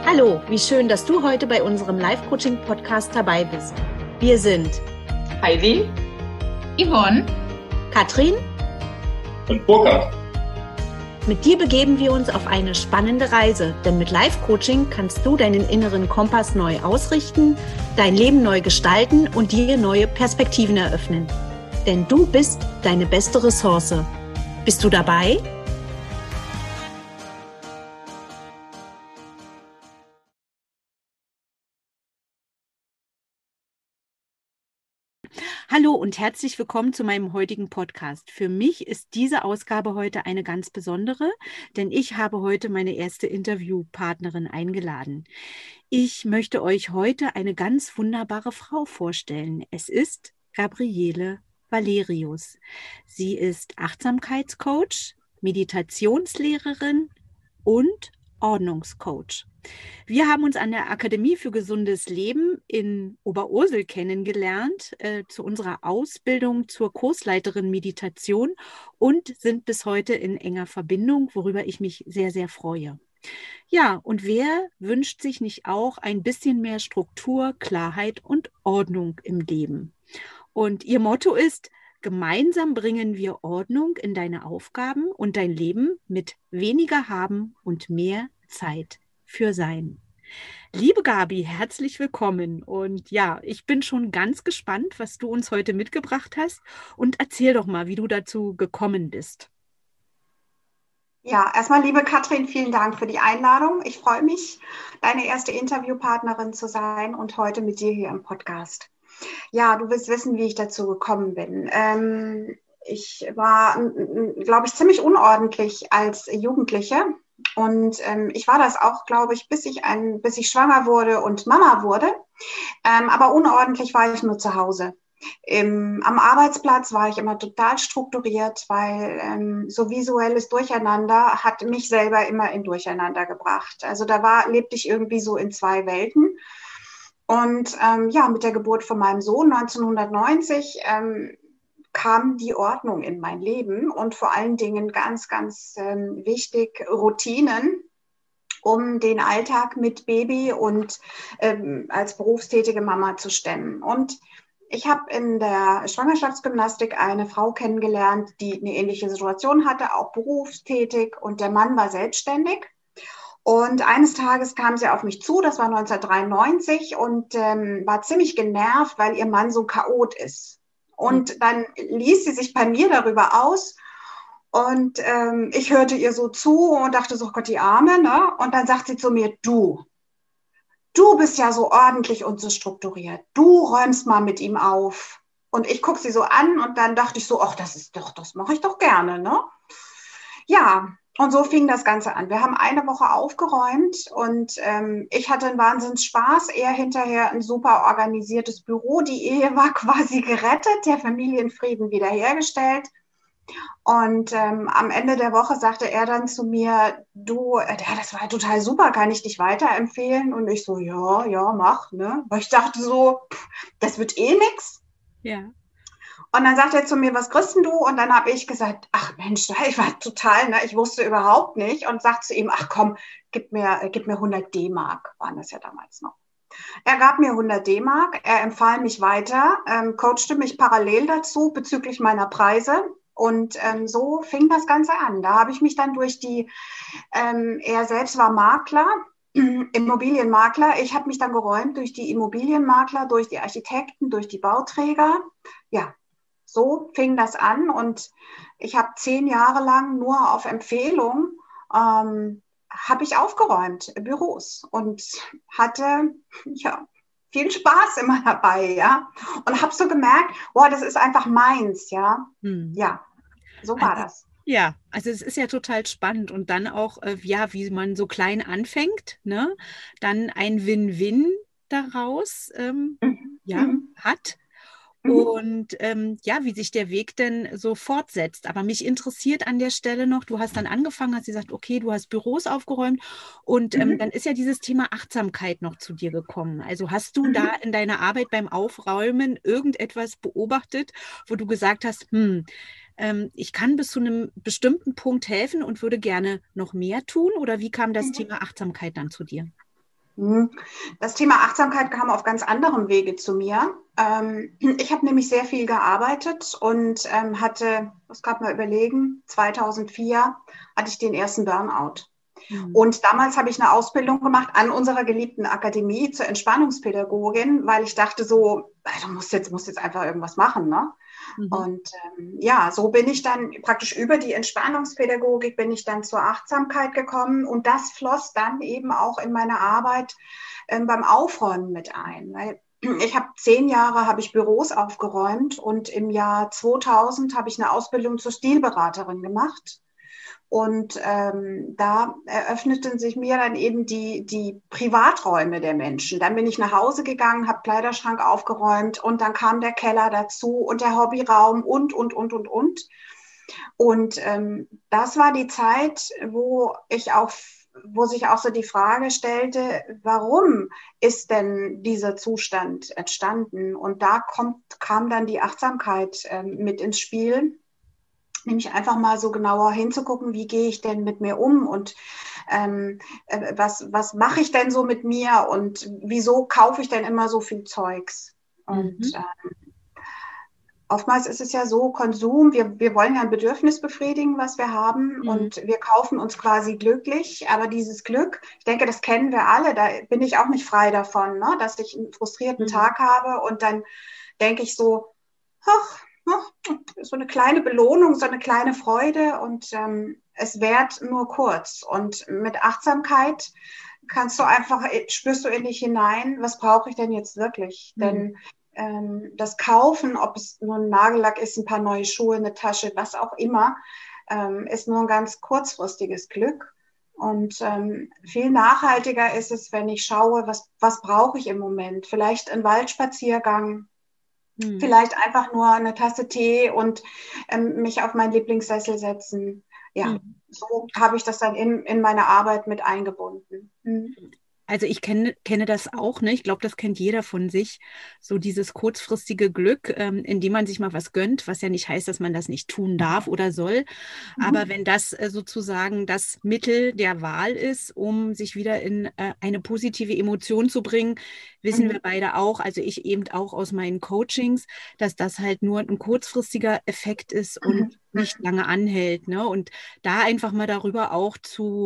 Hallo, wie schön, dass du heute bei unserem Live-Coaching-Podcast dabei bist. Wir sind Heidi, Yvonne, Katrin und Burkhard. Mit dir begeben wir uns auf eine spannende Reise, denn mit Live-Coaching kannst du deinen inneren Kompass neu ausrichten, dein Leben neu gestalten und dir neue Perspektiven eröffnen. Denn du bist deine beste Ressource. Bist du dabei? Hallo und herzlich willkommen zu meinem heutigen Podcast. Für mich ist diese Ausgabe heute eine ganz besondere, denn ich habe heute meine erste Interviewpartnerin eingeladen. Ich möchte euch heute eine ganz wunderbare Frau vorstellen. Es ist Gabriele Valerius. Sie ist Achtsamkeitscoach, Meditationslehrerin und Ordnungscoach. Wir haben uns an der Akademie für gesundes Leben in Oberursel kennengelernt, zu unserer Ausbildung zur Kursleiterin Meditation und sind bis heute in enger Verbindung, worüber ich mich sehr, sehr freue. Ja, und wer wünscht sich nicht auch ein bisschen mehr Struktur, Klarheit und Ordnung im Leben? Und ihr Motto ist: Gemeinsam bringen wir Ordnung in deine Aufgaben und dein Leben mit weniger Haben und mehr Zeit für Sein. Liebe Gabi, herzlich willkommen. Und ja, ich bin schon ganz gespannt, was du uns heute mitgebracht hast. Und erzähl doch mal, wie du dazu gekommen bist. Ja, erstmal, liebe Katrin, vielen Dank für die Einladung. Ich freue mich, deine erste Interviewpartnerin zu sein und heute mit dir hier im Podcast. Ja, du willst wissen, wie ich dazu gekommen bin. Ich war, glaube ich, ziemlich unordentlich als Jugendliche. Und ich war das auch, glaube ich, bis ich schwanger wurde und Mama wurde. Aber unordentlich war ich nur zu Hause. Am Arbeitsplatz war ich immer total strukturiert, weil so visuelles Durcheinander hat mich selber immer in Durcheinander gebracht. Also lebte ich irgendwie so in zwei Welten. Und mit der Geburt von meinem Sohn 1990 kam die Ordnung in mein Leben und vor allen Dingen ganz, ganz wichtig, Routinen, um den Alltag mit Baby und als berufstätige Mama zu stemmen. Und ich habe in der Schwangerschaftsgymnastik eine Frau kennengelernt, die eine ähnliche Situation hatte, auch berufstätig, und der Mann war selbstständig. Und eines Tages kam sie auf mich zu, das war 1993, und war ziemlich genervt, weil ihr Mann so ein Chaot ist. Und dann ließ sie sich bei mir darüber aus. Und ich hörte ihr so zu und dachte so: Gott, die Arme, ne? Und dann sagt sie zu mir: Du bist ja so ordentlich und so strukturiert. Du räumst mal mit ihm auf. Und ich gucke sie so an und dann dachte ich so: Ach, das mache ich doch gerne, ne? Ja, und so fing das Ganze an. Wir haben eine Woche aufgeräumt und ich hatte einen Wahnsinnsspaß. Er hinterher ein super organisiertes Büro. Die Ehe war quasi gerettet, der Familienfrieden wiederhergestellt. Und am Ende der Woche sagte er dann zu mir: Du, das war total super, kann ich dich weiterempfehlen? Und ich so: ja, mach, ne? Weil ich dachte so, das wird eh nix. Ja. Und dann sagt er zu mir: Was kriegst denn du? Und dann habe ich gesagt: Ach Mensch, ich war total, ne, ich wusste überhaupt nicht. Und sagt zu ihm: Ach komm, gib mir 100 D-Mark, waren das ja damals noch. Er gab mir 100 D-Mark, er empfahl mich weiter, coachte mich parallel dazu bezüglich meiner Preise. Und so fing das Ganze an. Da habe ich mich dann er selbst war Makler, Immobilienmakler. Ich habe mich dann geräumt durch die Immobilienmakler, durch die Architekten, durch die Bauträger. Ja, so fing das an. Und ich habe 10 Jahre lang nur auf Empfehlung habe ich aufgeräumt, Büros, und hatte viel Spaß immer dabei, ja. Und habe so gemerkt, das ist einfach meins, ja. Ja, so war das. Ja, also es ist ja total spannend und dann auch, wie man so klein anfängt, ne? Dann ein Win-Win daraus hat. Und wie sich der Weg denn so fortsetzt. Aber mich interessiert an der Stelle noch, du hast dann angefangen, hast gesagt, okay, du hast Büros aufgeräumt und dann ist ja dieses Thema Achtsamkeit noch zu dir gekommen. Also hast du da in deiner Arbeit beim Aufräumen irgendetwas beobachtet, wo du gesagt hast, ich kann bis zu einem bestimmten Punkt helfen und würde gerne noch mehr tun? Oder wie kam das Thema Achtsamkeit dann zu dir? Das Thema Achtsamkeit kam auf ganz anderem Wege zu mir. Ich habe nämlich sehr viel gearbeitet und hatte, muss gerade mal überlegen, 2004 hatte ich den ersten Burnout. Und damals habe ich eine Ausbildung gemacht an unserer geliebten Akademie zur Entspannungspädagogin, weil ich dachte so, du musst jetzt einfach irgendwas machen, ne? Und ja, so bin ich dann praktisch über die Entspannungspädagogik bin ich dann zur Achtsamkeit gekommen und das floss dann eben auch in meine Arbeit beim Aufräumen mit ein. Weil ich habe 10 Jahre habe ich Büros aufgeräumt und im Jahr 2000 habe ich eine Ausbildung zur Stilberaterin gemacht. Und da eröffneten sich mir dann eben die Privaträume der Menschen. Dann bin ich nach Hause gegangen, habe Kleiderschrank aufgeräumt und dann kam der Keller dazu und der Hobbyraum und. Und das war die Zeit, wo sich auch so die Frage stellte, warum ist denn dieser Zustand entstanden? Und da kam dann die Achtsamkeit mit ins Spiel. Nämlich einfach mal so genauer hinzugucken, wie gehe ich denn mit mir um und was mache ich denn so mit mir und wieso kaufe ich denn immer so viel Zeugs? Und oftmals ist es ja so, Konsum, wir wollen ja ein Bedürfnis befriedigen, was wir haben und wir kaufen uns quasi glücklich, aber dieses Glück, ich denke, das kennen wir alle, da bin ich auch nicht frei davon, ne? Dass ich einen frustrierten Tag habe und dann denke ich so, ach, so eine kleine Belohnung, so eine kleine Freude und es währt nur kurz. Und mit Achtsamkeit spürst du in dich hinein, was brauche ich denn jetzt wirklich? Denn das Kaufen, ob es nur ein Nagellack ist, ein paar neue Schuhe, eine Tasche, was auch immer, ist nur ein ganz kurzfristiges Glück. Und viel nachhaltiger ist es, wenn ich schaue, was brauche ich im Moment? Vielleicht ein Waldspaziergang, vielleicht einfach nur eine Tasse Tee und mich auf meinen Lieblingssessel setzen. Ja, so habe ich das dann in meine Arbeit mit eingebunden. Also ich kenne das auch, ne? Ich glaube, das kennt jeder von sich. So dieses kurzfristige Glück, indem man sich mal was gönnt, was ja nicht heißt, dass man das nicht tun darf oder soll. Aber wenn das sozusagen das Mittel der Wahl ist, um sich wieder in eine positive Emotion zu bringen, wissen wir beide auch, also ich eben auch aus meinen Coachings, dass das halt nur ein kurzfristiger Effekt ist und nicht lange anhält, ne? Und da einfach mal darüber auch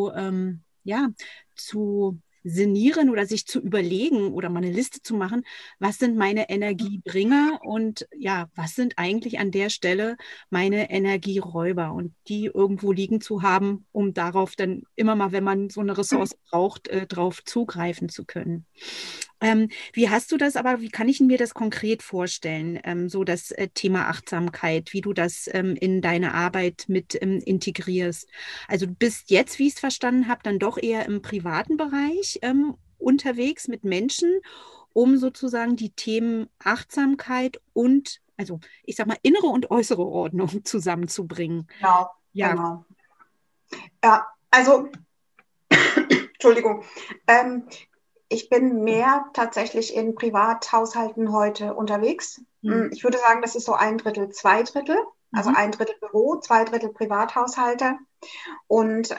zu sinnieren oder sich zu überlegen oder mal eine Liste zu machen, was sind meine Energiebringer und ja, was sind eigentlich an der Stelle meine Energieräuber und die irgendwo liegen zu haben, um darauf dann immer mal, wenn man so eine Ressource braucht, drauf zugreifen zu können. Wie hast du das aber, wie kann ich mir das konkret vorstellen, so das Thema Achtsamkeit, wie du das in deine Arbeit mit integrierst? Also du bist jetzt, wie ich es verstanden habe, dann doch eher im privaten Bereich unterwegs mit Menschen, um sozusagen die Themen Achtsamkeit und, also ich sag mal, innere und äußere Ordnung zusammenzubringen. Genau, Ja. genau. Ja, also, Entschuldigung, ich bin mehr tatsächlich in Privathaushalten heute unterwegs. Ich würde sagen, das ist so 1/3, 2/3. Also 1/3 Büro, 2/3 Privathaushalte. Und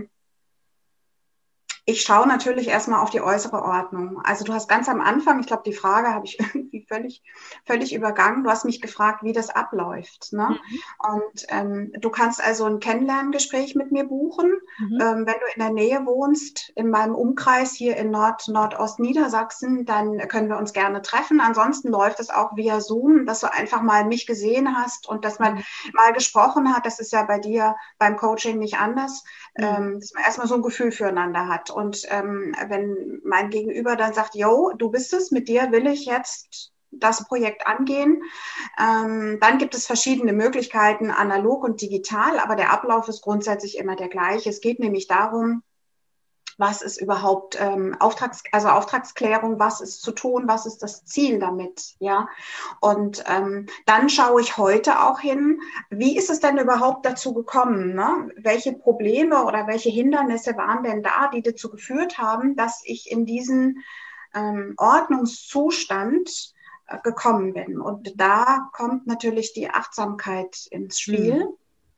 ich schaue natürlich erstmal auf die äußere Ordnung. Also du hast ganz am Anfang, ich glaube, die Frage habe ich irgendwie völlig übergangen. Du hast mich gefragt, wie das abläuft. Ne? Und du kannst also ein Kennenlerngespräch mit mir buchen. Wenn du in der Nähe wohnst, in meinem Umkreis hier in Nordost-Niedersachsen, dann können wir uns gerne treffen. Ansonsten läuft es auch via Zoom, dass du einfach mal mich gesehen hast und dass man mal gesprochen hat. Das ist ja bei dir beim Coaching nicht anders, dass man erstmal so ein Gefühl füreinander hat. Und wenn mein Gegenüber dann sagt, yo, du bist es, mit dir will ich jetzt das Projekt angehen, dann gibt es verschiedene Möglichkeiten, analog und digital, aber der Ablauf ist grundsätzlich immer der gleiche. Es geht nämlich darum, was ist überhaupt Auftragsklärung, was ist zu tun, was ist das Ziel damit, ja. Und dann schaue ich heute auch hin, wie ist es denn überhaupt dazu gekommen, ne? Welche Probleme oder welche Hindernisse waren denn da, die dazu geführt haben, dass ich in diesen Ordnungszustand gekommen bin. Und da kommt natürlich die Achtsamkeit ins Spiel.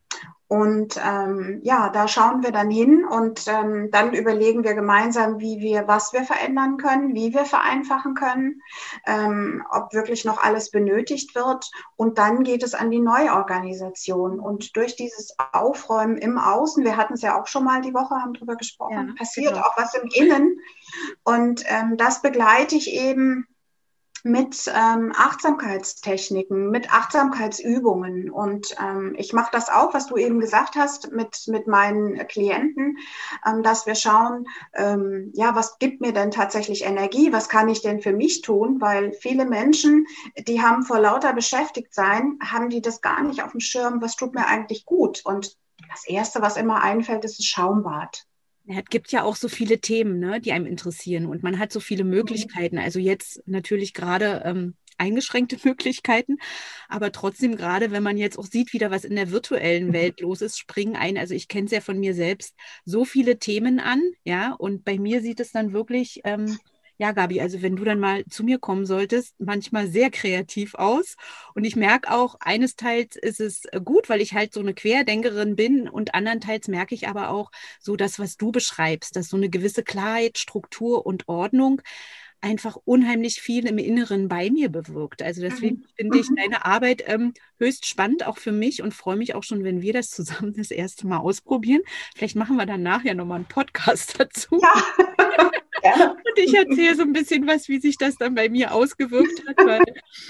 Und ja, da schauen wir dann hin und dann überlegen wir gemeinsam, was wir verändern können, wie wir vereinfachen können, ob wirklich noch alles benötigt wird. Und dann geht es an die Neuorganisation. Und durch dieses Aufräumen im Außen, wir hatten es ja auch schon mal die Woche, haben drüber gesprochen, passiert genau. auch was im Innen. Und das begleite ich eben mit Achtsamkeitstechniken, mit Achtsamkeitsübungen. Und ich mache das auch, was du eben gesagt hast, mit meinen Klienten, dass wir schauen, ja, was gibt mir denn tatsächlich Energie? Was kann ich denn für mich tun? Weil viele Menschen, die haben vor lauter Beschäftigtsein, haben die das gar nicht auf dem Schirm, was tut mir eigentlich gut? Und das Erste, was immer einfällt, ist das Schaumbad. Ja, es gibt ja auch so viele Themen, ne, die einem interessieren und man hat so viele Möglichkeiten. Also jetzt natürlich gerade eingeschränkte Möglichkeiten, aber trotzdem gerade, wenn man jetzt auch sieht, wieder was in der virtuellen Welt los ist, springen ein. Also ich kenne es ja von mir selbst, so viele Themen an, ja, und bei mir sieht es dann wirklich ja, Gabi, also wenn du dann mal zu mir kommen solltest, manchmal sehr kreativ aus. Und ich merke auch, eines Teils ist es gut, weil ich halt so eine Querdenkerin bin und andernteils merke ich aber auch so das, was du beschreibst, dass so eine gewisse Klarheit, Struktur und Ordnung einfach unheimlich viel im Inneren bei mir bewirkt. Also deswegen finde ich deine Arbeit höchst spannend, auch für mich und freue mich auch schon, wenn wir das zusammen das erste Mal ausprobieren. Vielleicht machen wir dann nachher nochmal einen Podcast dazu. Ja, gerne. Und ich erzähle so ein bisschen was, wie sich das dann bei mir ausgewirkt hat, weil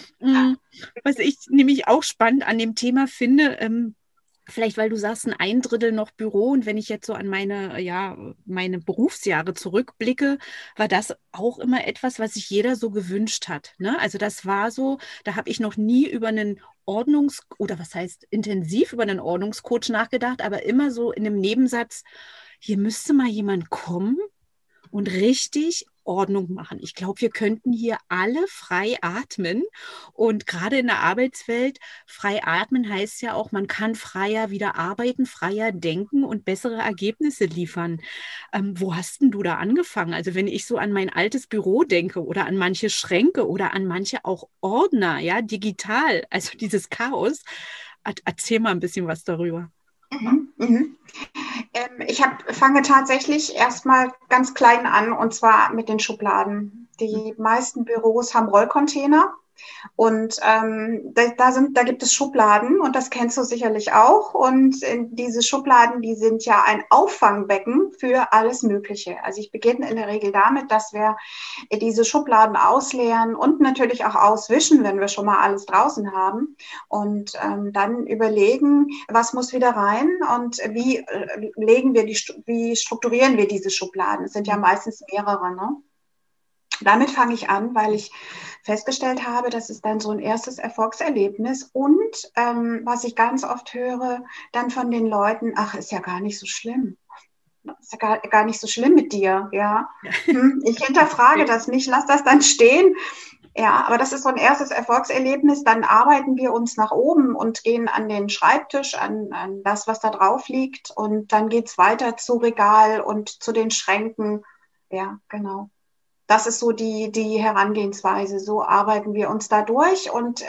was ich nämlich auch spannend an dem Thema finde, vielleicht, weil du sagst, ein Drittel noch Büro und wenn ich jetzt so an meine Berufsjahre zurückblicke, war das auch immer etwas, was sich jeder so gewünscht hat. Ne? Also das war so, da habe ich noch nie über einen oder was heißt intensiv über einen Ordnungscoach nachgedacht, aber immer so in einem Nebensatz, hier müsste mal jemand kommen und richtig Ordnung machen. Ich glaube, wir könnten hier alle frei atmen. Und gerade in der Arbeitswelt, frei atmen heißt ja auch, man kann freier wieder arbeiten, freier denken und bessere Ergebnisse liefern. Wo hast denn du da angefangen? Also wenn ich so an mein altes Büro denke oder an manche Schränke oder an manche auch Ordner, ja, digital, also dieses Chaos, erzähl mal ein bisschen was darüber. Mhm, mhm. Fange tatsächlich erstmal ganz klein an und zwar mit den Schubladen. Die meisten Büros haben Rollcontainer. Und da gibt es Schubladen und das kennst du sicherlich auch. Und diese Schubladen, die sind ja ein Auffangbecken für alles Mögliche. Also ich beginne in der Regel damit, dass wir diese Schubladen ausleeren und natürlich auch auswischen, wenn wir schon mal alles draußen haben. Und dann überlegen, was muss wieder rein und wie strukturieren wir diese Schubladen? Es sind ja meistens mehrere, ne? Damit fange ich an, weil ich festgestellt habe, das ist dann so ein erstes Erfolgserlebnis. Und was ich ganz oft höre, dann von den Leuten, ach, ist ja gar nicht so schlimm. Ist ja gar nicht so schlimm mit dir, ja. Ich hinterfrage das nicht, lass das dann stehen. Ja, aber das ist so ein erstes Erfolgserlebnis. Dann arbeiten wir uns nach oben und gehen an den Schreibtisch, an das, was da drauf liegt. Und dann geht es weiter zu Regal und zu den Schränken. Ja, genau. Das ist so die Herangehensweise. So arbeiten wir uns da durch und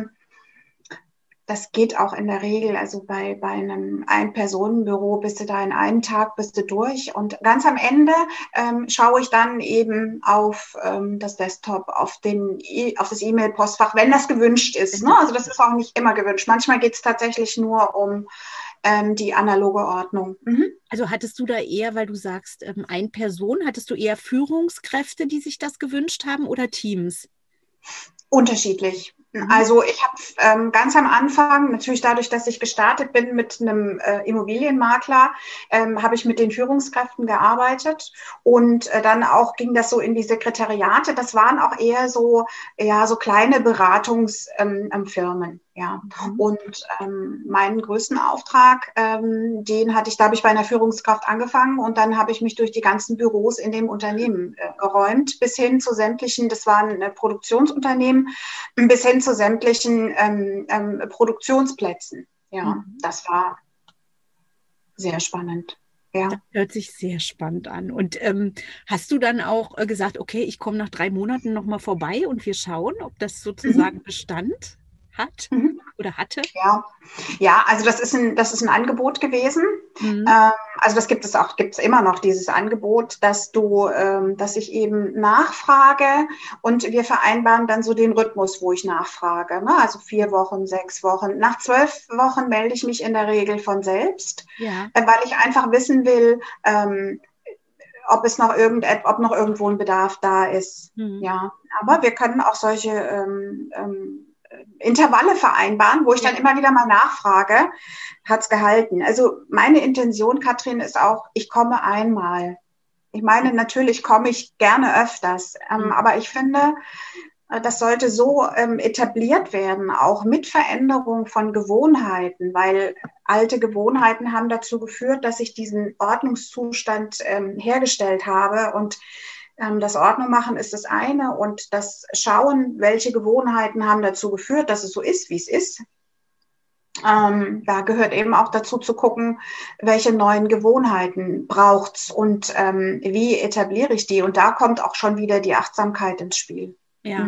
das geht auch in der Regel. Also bei einem Ein-Personen-Büro bist du da in einem Tag bist du durch und ganz am Ende schaue ich dann eben auf das Desktop, auf das E-Mail-Postfach, wenn das gewünscht ist. Ne? Also das ist auch nicht immer gewünscht. Manchmal geht es tatsächlich nur um die analoge Ordnung. Also hattest du da eher, weil du sagst, eine Person, hattest du eher Führungskräfte, die sich das gewünscht haben oder Teams? Unterschiedlich. Also ich habe ganz am Anfang, natürlich dadurch, dass ich gestartet bin mit einem Immobilienmakler, habe ich mit den Führungskräften gearbeitet und dann auch ging das so in die Sekretariate. Das waren auch eher so kleine Beratungsfirmen. Ja, und meinen größten Auftrag, da habe ich bei einer Führungskraft angefangen und dann habe ich mich durch die ganzen Büros in dem Unternehmen geräumt, bis hin zu sämtlichen, das waren Produktionsunternehmen, bis hin zu sämtlichen Produktionsplätzen. Ja, das war sehr spannend. Ja. Das hört sich sehr spannend an. Und hast du dann auch gesagt, okay, ich komme nach 3 Monaten nochmal vorbei und wir schauen, ob das sozusagen Bestand hat? oder hatte? Ja, also das ist ein Angebot gewesen. Also das gibt es immer noch, dieses Angebot, dass ich eben nachfrage und wir vereinbaren dann so den Rhythmus, wo ich nachfrage. Ne? Also 4 Wochen, 6 Wochen. Nach 12 Wochen melde ich mich in der Regel von selbst, weil ich einfach wissen will, ob noch irgendwo ein Bedarf da ist. Ja, aber wir können auch solche Intervalle vereinbaren, wo ich dann immer wieder mal nachfrage, hat's gehalten? Also meine Intention, Katrin, ist auch, ich komme einmal. Ich meine, natürlich komme ich gerne öfters, aber ich finde, das sollte so etabliert werden, auch mit Veränderung von Gewohnheiten, weil alte Gewohnheiten haben dazu geführt, dass ich diesen Ordnungszustand hergestellt habe. Und das Ordnung machen ist das eine und das Schauen, welche Gewohnheiten haben dazu geführt, dass es so ist, wie es ist. Da gehört eben auch dazu zu gucken, welche neuen Gewohnheiten braucht's und wie etabliere ich die. Und da kommt auch schon wieder die Achtsamkeit ins Spiel. Ja,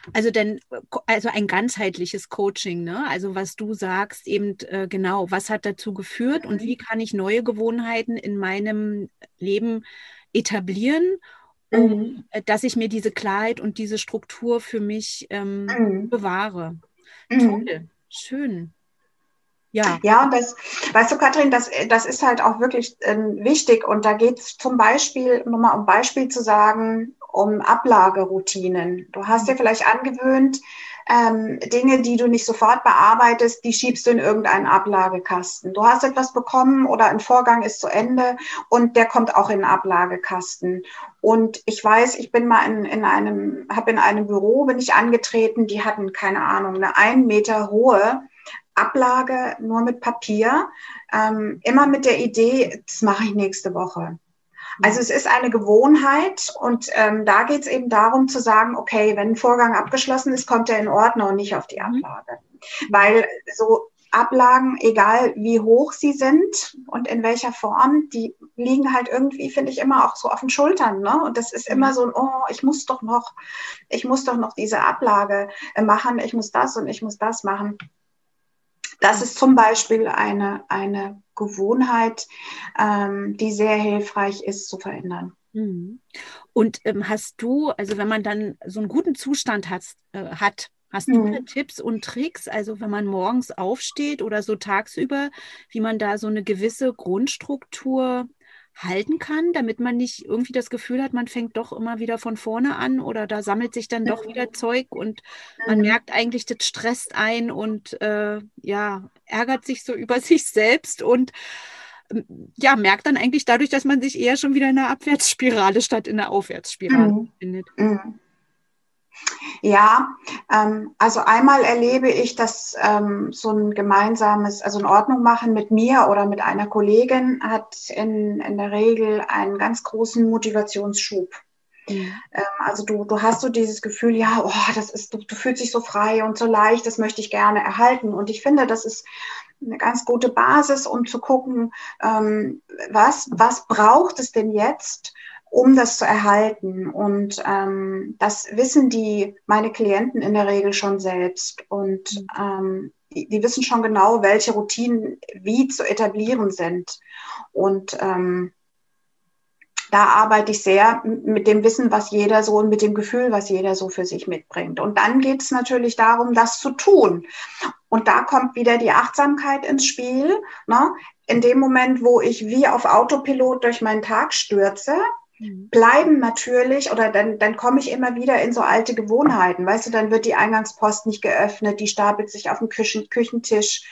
also ein ganzheitliches Coaching, ne? Also was du sagst, eben genau, was hat dazu geführt und wie kann ich neue Gewohnheiten in meinem Leben etablieren, dass ich mir diese Klarheit und diese Struktur für mich bewahre. Toll, schön. Ja, weißt du, Katrin, das ist halt auch wirklich wichtig. Und da geht es zum Beispiel, nur mal um Beispiel zu sagen, um Ablageroutinen. Du hast dir vielleicht angewöhnt, Dinge, die du nicht sofort bearbeitest, die schiebst du in irgendeinen Ablagekasten. Du hast etwas bekommen oder ein Vorgang ist zu Ende und der kommt auch in den Ablagekasten. Und ich weiß, ich bin mal in einem Büro, bin ich angetreten, die hatten, keine Ahnung, eine 1 Meter hohe Ablage nur mit Papier, immer mit der Idee, das mache ich nächste Woche. Also es ist eine Gewohnheit und da geht es eben darum zu sagen, okay, wenn ein Vorgang abgeschlossen ist, kommt er in Ordner und nicht auf die Ablage. Weil so Ablagen, egal wie hoch sie sind und in welcher Form, die liegen halt irgendwie, finde ich, immer auch so auf den Schultern. Ne? Und das ist immer so ein, oh, ich muss doch noch diese Ablage machen, ich muss das und ich muss das machen. Das ist zum Beispiel eine Gewohnheit, die sehr hilfreich ist zu verändern. Und hast du, also wenn man dann so einen guten Zustand hast du da Tipps und Tricks, also wenn man morgens aufsteht oder so tagsüber, wie man da so eine gewisse Grundstruktur halten kann, damit man nicht irgendwie das Gefühl hat, man fängt doch immer wieder von vorne an oder da sammelt sich dann doch wieder Zeug und man merkt eigentlich, das stresst ein und ärgert sich so über sich selbst und merkt dann eigentlich dadurch, dass man sich eher schon wieder in einer Abwärtsspirale statt in einer Aufwärtsspirale befindet. Ja, also einmal erlebe ich, dass so ein gemeinsames, also in Ordnung machen mit mir oder mit einer Kollegin hat in der Regel einen ganz großen Motivationsschub. Also du hast so dieses Gefühl, ja, du fühlst dich so frei und so leicht, das möchte ich gerne erhalten. Und ich finde, das ist eine ganz gute Basis, um zu gucken, was braucht es denn jetzt, um das zu erhalten. Und das wissen meine Klienten in der Regel schon selbst. Und die wissen schon genau, welche Routinen wie zu etablieren sind. Und da arbeite ich sehr mit dem Wissen, was jeder so und mit dem Gefühl, was jeder so für sich mitbringt. Und dann geht es natürlich darum, das zu tun. Und da kommt wieder die Achtsamkeit ins Spiel. Ne? In dem Moment, wo ich wie auf Autopilot durch meinen Tag stürze, bleiben natürlich, oder dann komme ich immer wieder in so alte Gewohnheiten. Weißt du, dann wird die Eingangspost nicht geöffnet, die stapelt sich auf dem Küchentisch.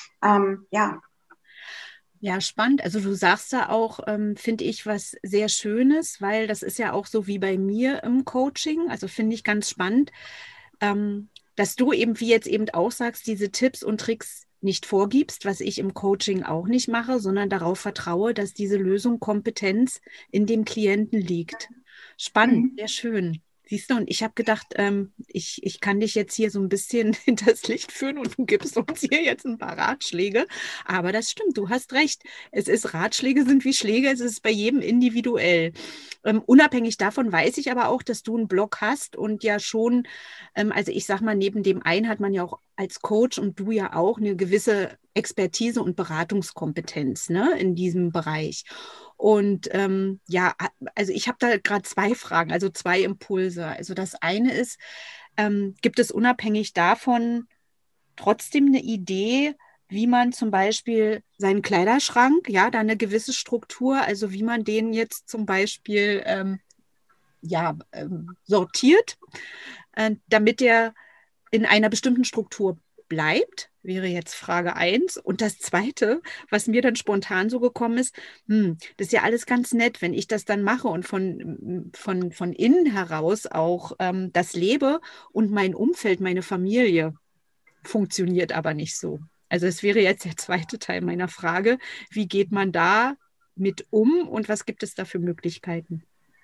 Ja, spannend. Also du sagst da auch, finde ich, was sehr Schönes, weil das ist ja auch so wie bei mir im Coaching. Also finde ich ganz spannend, dass du eben, wie jetzt eben auch sagst, diese Tipps und Tricks nicht vorgibst, was ich im Coaching auch nicht mache, sondern darauf vertraue, dass diese Lösung, Kompetenz in dem Klienten liegt. Spannend, sehr schön. Siehst du, und ich habe gedacht, ich kann dich jetzt hier so ein bisschen hinters Licht führen und du gibst uns hier jetzt ein paar Ratschläge. Aber das stimmt, du hast recht. Ratschläge sind wie Schläge, es ist bei jedem individuell. Unabhängig davon weiß ich aber auch, dass du einen Blog hast und ja schon, also ich sag mal, neben dem einen hat man ja auch als Coach und du ja auch eine gewisse Expertise und Beratungskompetenz, ne, in diesem Bereich. Und ja, also ich habe da gerade zwei Fragen, also zwei Impulse. Also das eine ist, gibt es unabhängig davon trotzdem eine Idee, wie man zum Beispiel seinen Kleiderschrank, ja, da eine gewisse Struktur, also wie man den jetzt zum Beispiel ja, sortiert, damit der in einer bestimmten Struktur bleibt, wäre jetzt Frage eins. Und das Zweite, was mir dann spontan so gekommen ist, das ist ja alles ganz nett, wenn ich das dann mache und von innen heraus auch das lebe und mein Umfeld, meine Familie funktioniert aber nicht so. Also es wäre jetzt der zweite Teil meiner Frage. Wie geht man da mit um und was gibt es da für Möglichkeiten?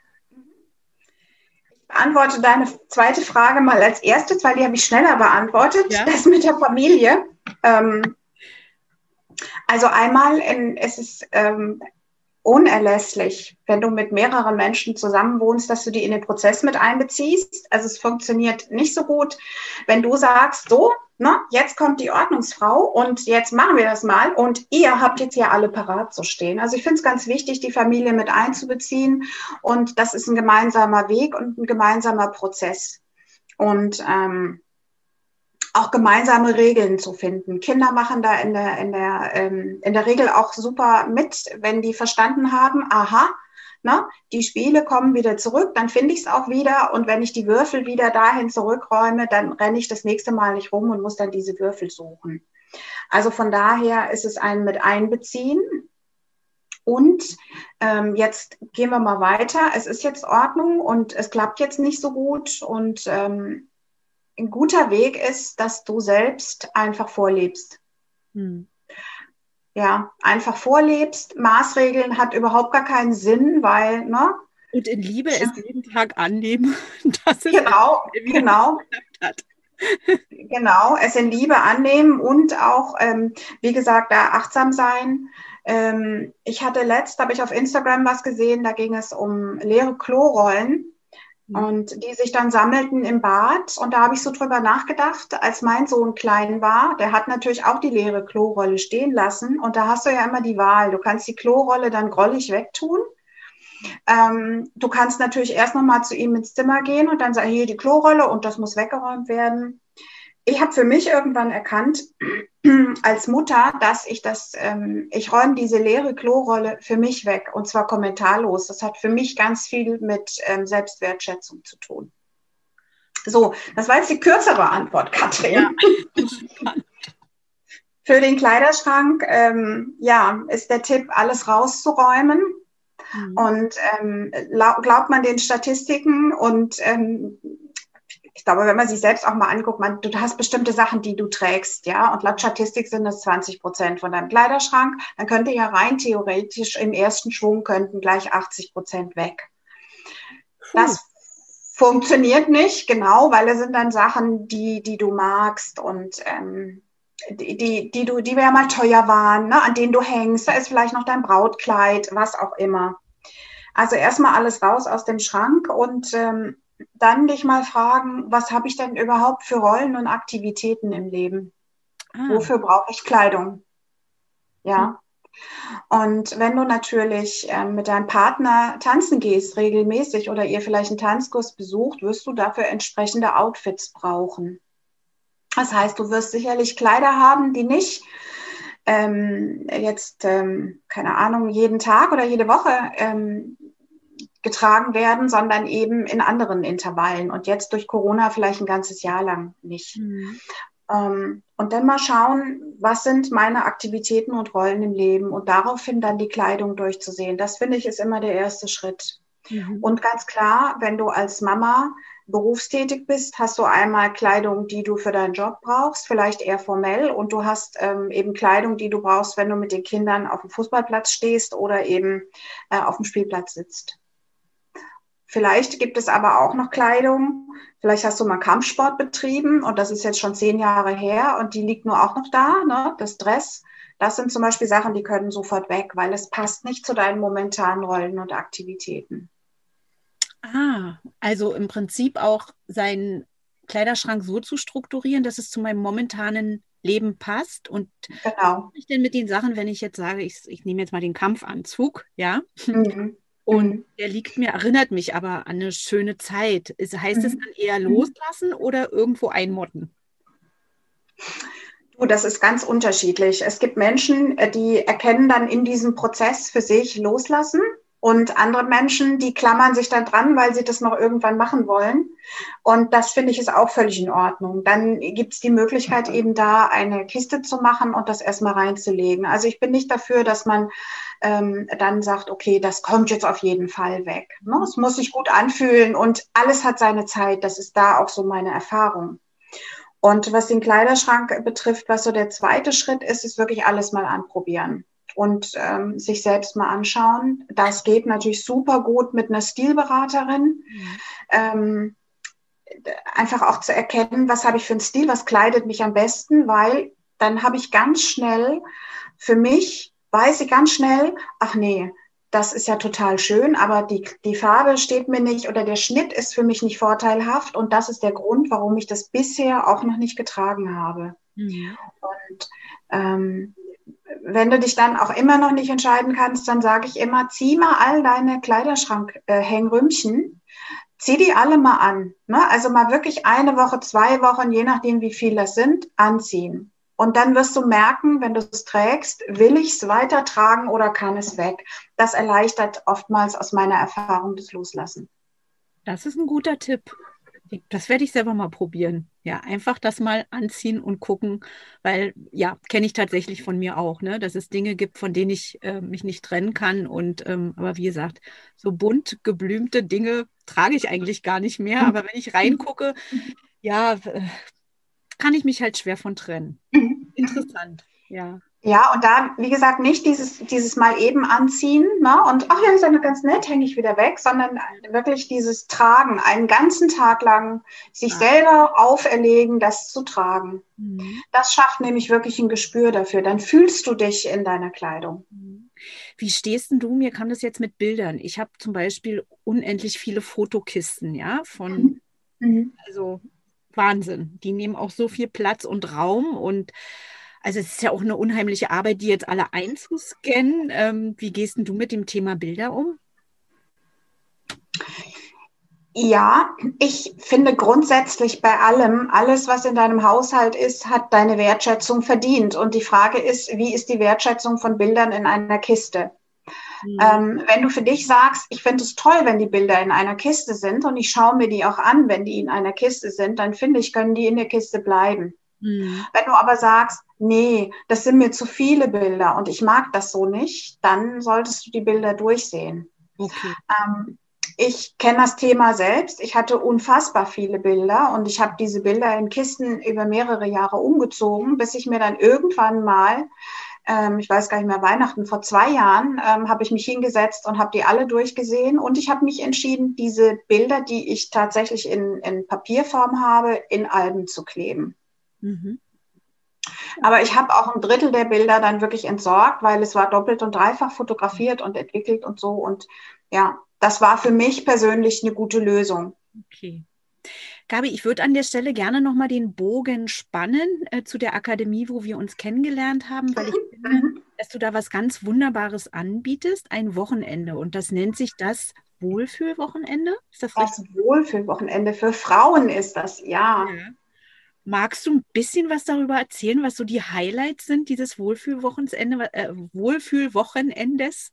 Beantworte deine zweite Frage mal als erstes, weil die habe ich schneller beantwortet. Ja? Das mit der Familie. Also einmal, es ist unerlässlich, wenn du mit mehreren Menschen zusammenwohnst, dass du die in den Prozess mit einbeziehst. Also es funktioniert nicht so gut, wenn du sagst, so, ne, jetzt kommt die Ordnungsfrau und jetzt machen wir das mal und ihr habt jetzt hier alle parat zu stehen. Also ich finde es ganz wichtig, die Familie mit einzubeziehen und das ist ein gemeinsamer Weg und ein gemeinsamer Prozess. Und auch gemeinsame Regeln zu finden. Kinder machen da in der Regel auch super mit, wenn die verstanden haben, aha, ne, die Spiele kommen wieder zurück, dann finde ich es auch wieder und wenn ich die Würfel wieder dahin zurückräume, dann renne ich das nächste Mal nicht rum und muss dann diese Würfel suchen. Also von daher ist es ein mit einbeziehen. Und jetzt gehen wir mal weiter. Es ist jetzt Ordnung und es klappt jetzt nicht so gut und ein guter Weg ist, dass du selbst einfach vorlebst. Ja, einfach vorlebst. Maßregeln hat überhaupt gar keinen Sinn, weil, ne? Und in Liebe es jeden Tag annehmen, dass es genau. geklappt hat. Genau, es in Liebe annehmen und auch, wie gesagt, da achtsam sein. Habe ich auf Instagram was gesehen, da ging es um leere Klorollen. Und die sich dann sammelten im Bad. Und da habe ich so drüber nachgedacht, als mein Sohn klein war, der hat natürlich auch die leere Klorolle stehen lassen. Und da hast du ja immer die Wahl. Du kannst die Klorolle dann grollig wegtun. Du kannst natürlich erst noch mal zu ihm ins Zimmer gehen und dann sagen, hier die Klorolle und das muss weggeräumt werden. Ich habe für mich irgendwann erkannt, als Mutter, dass ich räume diese leere Klorolle für mich weg und zwar kommentarlos. Das hat für mich ganz viel mit Selbstwertschätzung zu tun. So, das war jetzt die kürzere Antwort, Katrin. Ja. Für den Kleiderschrank, ist der Tipp, alles rauszuräumen. Und glaubt man den Statistiken und ich glaube, wenn man sich selbst auch mal anguckt, du hast bestimmte Sachen, die du trägst, ja, und laut Statistik sind das 20% von deinem Kleiderschrank, dann könnte ja rein theoretisch im ersten Schwung könnten gleich 80% weg. Das funktioniert nicht, genau, weil es sind dann Sachen, die du magst und die ja mal teuer waren, ne, an denen du hängst, da ist vielleicht noch dein Brautkleid, was auch immer. Also erstmal alles raus aus dem Schrank und dann dich mal fragen, was habe ich denn überhaupt für Rollen und Aktivitäten im Leben? Wofür brauche ich Kleidung? Ja. Und wenn du natürlich mit deinem Partner tanzen gehst regelmäßig oder ihr vielleicht einen Tanzkurs besucht, wirst du dafür entsprechende Outfits brauchen. Das heißt, du wirst sicherlich Kleider haben, die nicht keine Ahnung, jeden Tag oder jede Woche getragen werden, sondern eben in anderen Intervallen und jetzt durch Corona vielleicht ein ganzes Jahr lang nicht. Und dann mal schauen, was sind meine Aktivitäten und Rollen im Leben und daraufhin dann die Kleidung durchzusehen. Das finde ich ist immer der erste Schritt. Und ganz klar, wenn du als Mama berufstätig bist, hast du einmal Kleidung, die du für deinen Job brauchst, vielleicht eher formell und du hast eben Kleidung, die du brauchst, wenn du mit den Kindern auf dem Fußballplatz stehst oder eben auf dem Spielplatz sitzt. Vielleicht gibt es aber auch noch Kleidung, vielleicht hast du mal Kampfsport betrieben und das ist jetzt schon 10 Jahre her und die liegt nur auch noch da, ne? Das Dress. Das sind zum Beispiel Sachen, die können sofort weg, weil es passt nicht zu deinen momentanen Rollen und Aktivitäten. Also im Prinzip auch seinen Kleiderschrank so zu strukturieren, dass es zu meinem momentanen Leben passt. Und Genau. was mache ich denn mit den Sachen, wenn ich jetzt sage, ich nehme jetzt mal den Kampfanzug, ja? Mhm. Und der liegt mir, erinnert mich aber an eine schöne Zeit. Heißt es dann eher loslassen oder irgendwo einmotten? Du, das ist ganz unterschiedlich. Es gibt Menschen, die erkennen dann in diesem Prozess für sich loslassen. Und andere Menschen, die klammern sich dann dran, weil sie das noch irgendwann machen wollen. Und das finde ich ist auch völlig in Ordnung. Dann gibt es die Möglichkeit, eben da eine Kiste zu machen und das erstmal reinzulegen. Also ich bin nicht dafür, dass man dann sagt, okay, das kommt jetzt auf jeden Fall weg. Ne? Es muss sich gut anfühlen und alles hat seine Zeit. Das ist da auch so meine Erfahrung. Und was den Kleiderschrank betrifft, was so der zweite Schritt ist, ist wirklich alles mal anprobieren und sich selbst mal anschauen. Das geht natürlich super gut mit einer Stilberaterin. Einfach auch zu erkennen, was habe ich für einen Stil, was kleidet mich am besten, weil dann habe ich ganz schnell, für mich weiß ich ganz schnell, ach nee, das ist ja total schön, aber die Farbe steht mir nicht oder der Schnitt ist für mich nicht vorteilhaft und das ist der Grund, warum ich das bisher auch noch nicht getragen habe. Und wenn du dich dann auch immer noch nicht entscheiden kannst, dann sage ich immer, zieh mal all deine Kleiderschrank-Hängrümpchen, zieh die alle mal an. Ne? Also mal wirklich eine Woche, 2 Wochen, je nachdem wie viel das sind, anziehen. Und dann wirst du merken, wenn du es trägst, will ich es weiter tragen oder kann es weg? Das erleichtert oftmals aus meiner Erfahrung das Loslassen. Das ist ein guter Tipp. Das werde ich selber mal probieren. Ja, einfach das mal anziehen und gucken, weil ja, kenne ich tatsächlich von mir auch, ne, dass es Dinge gibt, von denen ich mich nicht trennen kann. Und aber wie gesagt, so bunt geblümte Dinge trage ich eigentlich gar nicht mehr. Aber wenn ich reingucke, ja, kann ich mich halt schwer von trennen. Interessant, ja. Ja, und da, wie gesagt, nicht dieses mal eben anziehen, ne? Und ach ja, ist ja noch ganz nett, hänge ich wieder weg, sondern wirklich dieses Tragen, einen ganzen Tag lang sich selber auferlegen, das zu tragen. Das schafft nämlich wirklich ein Gespür dafür. Dann fühlst du dich in deiner Kleidung. Wie stehst denn du? Mir kam das jetzt mit Bildern. Ich habe zum Beispiel unendlich viele Fotokisten, ja, von, also Wahnsinn. Die nehmen auch so viel Platz und Raum und also es ist ja auch eine unheimliche Arbeit, die jetzt alle einzuscannen. Wie gehst denn du mit dem Thema Bilder um? Ja, ich finde grundsätzlich bei allem, alles, was in deinem Haushalt ist, hat deine Wertschätzung verdient. Und die Frage ist, wie ist die Wertschätzung von Bildern in einer Kiste? Wenn du für dich sagst, ich finde es toll, wenn die Bilder in einer Kiste sind und ich schaue mir die auch an, wenn die in einer Kiste sind, dann finde ich, können die in der Kiste bleiben. Wenn du aber sagst, nee, das sind mir zu viele Bilder und ich mag das so nicht, dann solltest du die Bilder durchsehen. Okay. Ich kenne das Thema selbst. Ich hatte unfassbar viele Bilder und ich habe diese Bilder in Kisten über mehrere Jahre umgezogen, bis ich mir dann irgendwann mal, ich weiß gar nicht mehr, Weihnachten vor 2 Jahren, habe ich mich hingesetzt und habe die alle durchgesehen und ich habe mich entschieden, diese Bilder, die ich tatsächlich in Papierform habe, in Alben zu kleben. Aber ich habe auch 1/3 der Bilder dann wirklich entsorgt, weil es war doppelt und dreifach fotografiert und entwickelt und so. Und ja, das war für mich persönlich eine gute Lösung. Okay. Gabi, ich würde an der Stelle gerne nochmal den Bogen spannen zu der Akademie, wo wir uns kennengelernt haben, weil ich finde, dass du da was ganz Wunderbares anbietest, ein Wochenende. Und das nennt sich das Wohlfühlwochenende. Ist das richtig? Das Wohlfühlwochenende für Frauen ist das, ja. Magst du ein bisschen was darüber erzählen, was so die Highlights sind dieses Wohlfühlwochenendes?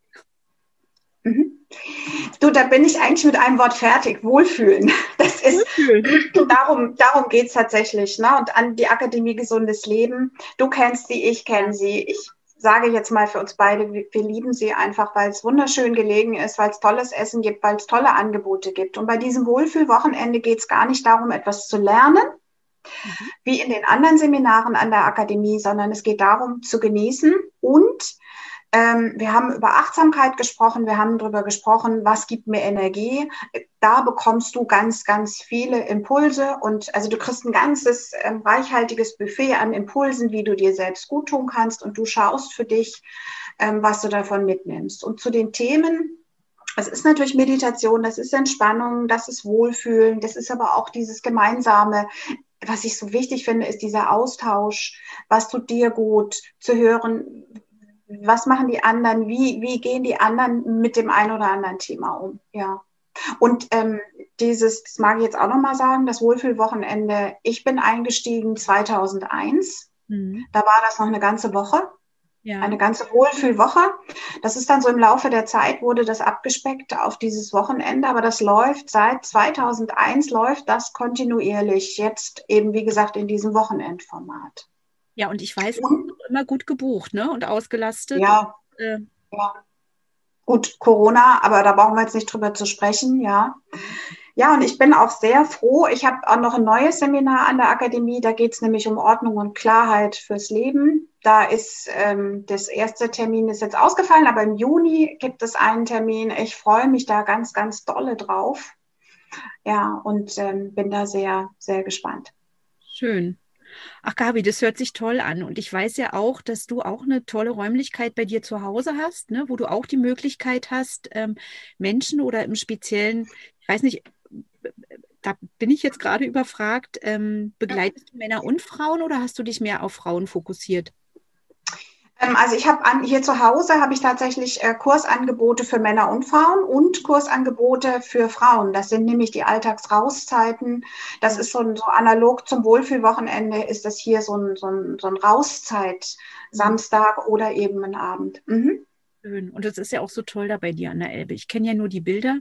Du, da bin ich eigentlich mit einem Wort fertig. Wohlfühlen. Das ist, darum geht es tatsächlich. Ne? Und an die Akademie Gesundes Leben. Du kennst sie, ich kenne sie. Ich sage jetzt mal für uns beide, wir lieben sie einfach, weil es wunderschön gelegen ist, weil es tolles Essen gibt, weil es tolle Angebote gibt. Und bei diesem Wohlfühlwochenende geht es gar nicht darum, etwas zu lernen, wie in den anderen Seminaren an der Akademie, sondern es geht darum, zu genießen und wir haben über Achtsamkeit gesprochen, wir haben darüber gesprochen, was gibt mir Energie. Da bekommst du ganz, ganz viele Impulse und also du kriegst ein ganzes reichhaltiges Buffet an Impulsen, wie du dir selbst gut tun kannst und du schaust für dich, was du davon mitnimmst. Und zu den Themen Es ist natürlich Meditation, das ist Entspannung, das ist Wohlfühlen, das ist aber auch dieses Gemeinsame. Was ich so wichtig finde, ist dieser Austausch. Was tut dir gut, zu hören, was machen die anderen, wie gehen die anderen mit dem einen oder anderen Thema um. Ja. Und das mag ich jetzt auch nochmal sagen, das Wohlfühlwochenende, ich bin eingestiegen 2001. Da war das noch eine ganze Woche. Ja. Eine ganze Wohlfühlwoche. Das ist dann so im Laufe der Zeit, wurde das abgespeckt auf dieses Wochenende, aber das läuft seit 2001, läuft das kontinuierlich, jetzt eben, wie gesagt, in diesem Wochenendformat. Ja, und ich weiß, es ist immer gut gebucht, ne? Und ausgelastet. Ja, ja. Gut, Corona, aber da brauchen wir jetzt nicht drüber zu sprechen, ja. Ja, und ich bin auch sehr froh. Ich habe auch noch ein neues Seminar an der Akademie. Da geht es nämlich um Ordnung und Klarheit fürs Leben. Da ist das erste Termin ist jetzt ausgefallen, aber im Juni gibt es einen Termin. Ich freue mich da ganz, ganz dolle drauf. Ja, und bin da sehr, sehr gespannt. Schön. Ach, Gabi, das hört sich toll an. Und ich weiß ja auch, dass du auch eine tolle Räumlichkeit bei dir zu Hause hast, ne, wo du auch die Möglichkeit hast, Menschen oder im Speziellen, ich weiß nicht, da bin ich jetzt gerade überfragt, begleitest du Männer und Frauen oder hast du dich mehr auf Frauen fokussiert? Also ich habe hier zu Hause habe ich tatsächlich Kursangebote für Männer und Frauen und Kursangebote für Frauen. Das sind nämlich die Alltagsrauszeiten. Das ist so analog zum Wohlfühlwochenende ist das hier so ein Rauszeit, Samstag oder eben ein Abend. Mhm. Schön. Und das ist ja auch so toll da bei dir an der Elbe. Ich kenne ja nur die Bilder.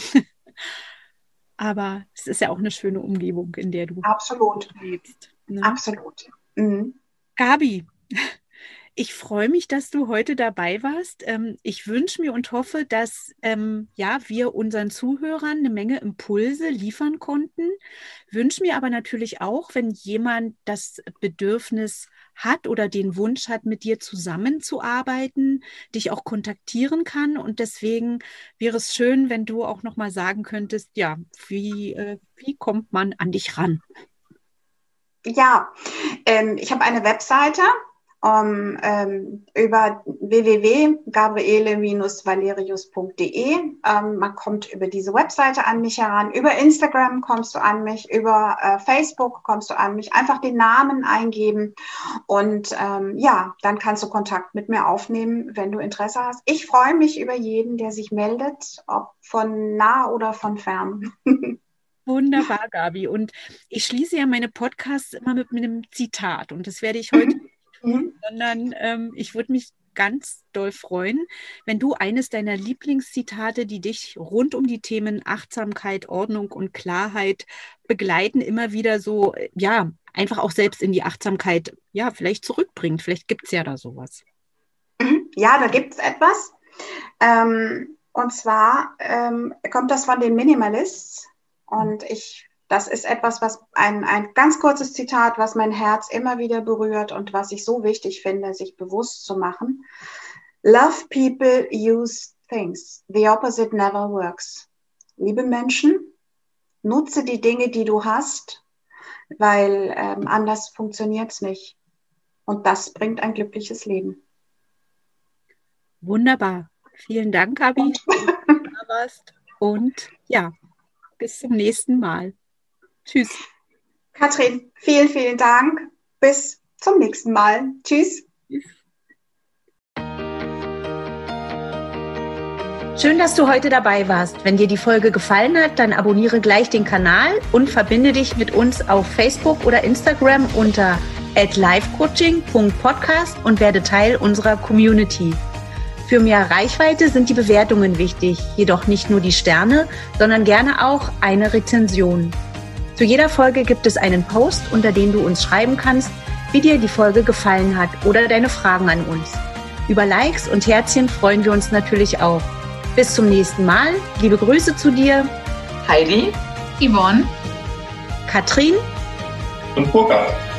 Aber es ist ja auch eine schöne Umgebung, in der du lebst. Ne? Absolut. Mhm. Gabi, ich freue mich, dass du heute dabei warst. Ich wünsche mir und hoffe, dass wir unseren Zuhörern eine Menge Impulse liefern konnten. Wünsche mir aber natürlich auch, wenn jemand das Bedürfnis hat oder den Wunsch hat, mit dir zusammenzuarbeiten, dich auch kontaktieren kann. Und deswegen wäre es schön, wenn du auch noch mal sagen könntest, ja, wie kommt man an dich ran? Ja, ich habe eine Webseite über www.gabriele-valerius.de. Man kommt über diese Webseite an mich heran. Über Instagram kommst du an mich, über Facebook kommst du an mich. Einfach den Namen eingeben und dann kannst du Kontakt mit mir aufnehmen, wenn du Interesse hast. Ich freue mich über jeden, der sich meldet, ob von nah oder von fern. Wunderbar, Gabi. Und ich schließe ja meine Podcasts immer mit einem Zitat. Und das werde ich heute nicht tun, sondern ich würde mich ganz doll freuen, wenn du eines deiner Lieblingszitate, die dich rund um die Themen Achtsamkeit, Ordnung und Klarheit begleiten, immer wieder so, einfach auch selbst in die Achtsamkeit, vielleicht zurückbringt. Vielleicht gibt es ja da sowas. Ja, da gibt es etwas. Und zwar kommt das von den Minimalists. Und das ist etwas, was ein ganz kurzes Zitat, was mein Herz immer wieder berührt und was ich so wichtig finde, sich bewusst zu machen. Love people, use things. The opposite never works. Liebe Menschen, nutze die Dinge, die du hast, weil anders funktioniert es nicht. Und das bringt ein glückliches Leben. Wunderbar. Vielen Dank, Gabi, dass du da warst. Und bis zum nächsten Mal. Tschüss. Katrin, vielen, vielen Dank. Bis zum nächsten Mal. Tschüss. Schön, dass du heute dabei warst. Wenn dir die Folge gefallen hat, dann abonniere gleich den Kanal und verbinde dich mit uns auf Facebook oder Instagram unter @livecoaching.podcast und werde Teil unserer Community. Für mehr Reichweite sind die Bewertungen wichtig, jedoch nicht nur die Sterne, sondern gerne auch eine Rezension. Zu jeder Folge gibt es einen Post, unter dem du uns schreiben kannst, wie dir die Folge gefallen hat oder deine Fragen an uns. Über Likes und Herzchen freuen wir uns natürlich auch. Bis zum nächsten Mal. Liebe Grüße zu dir. Heidi, Yvonne, Katrin und Burkhard.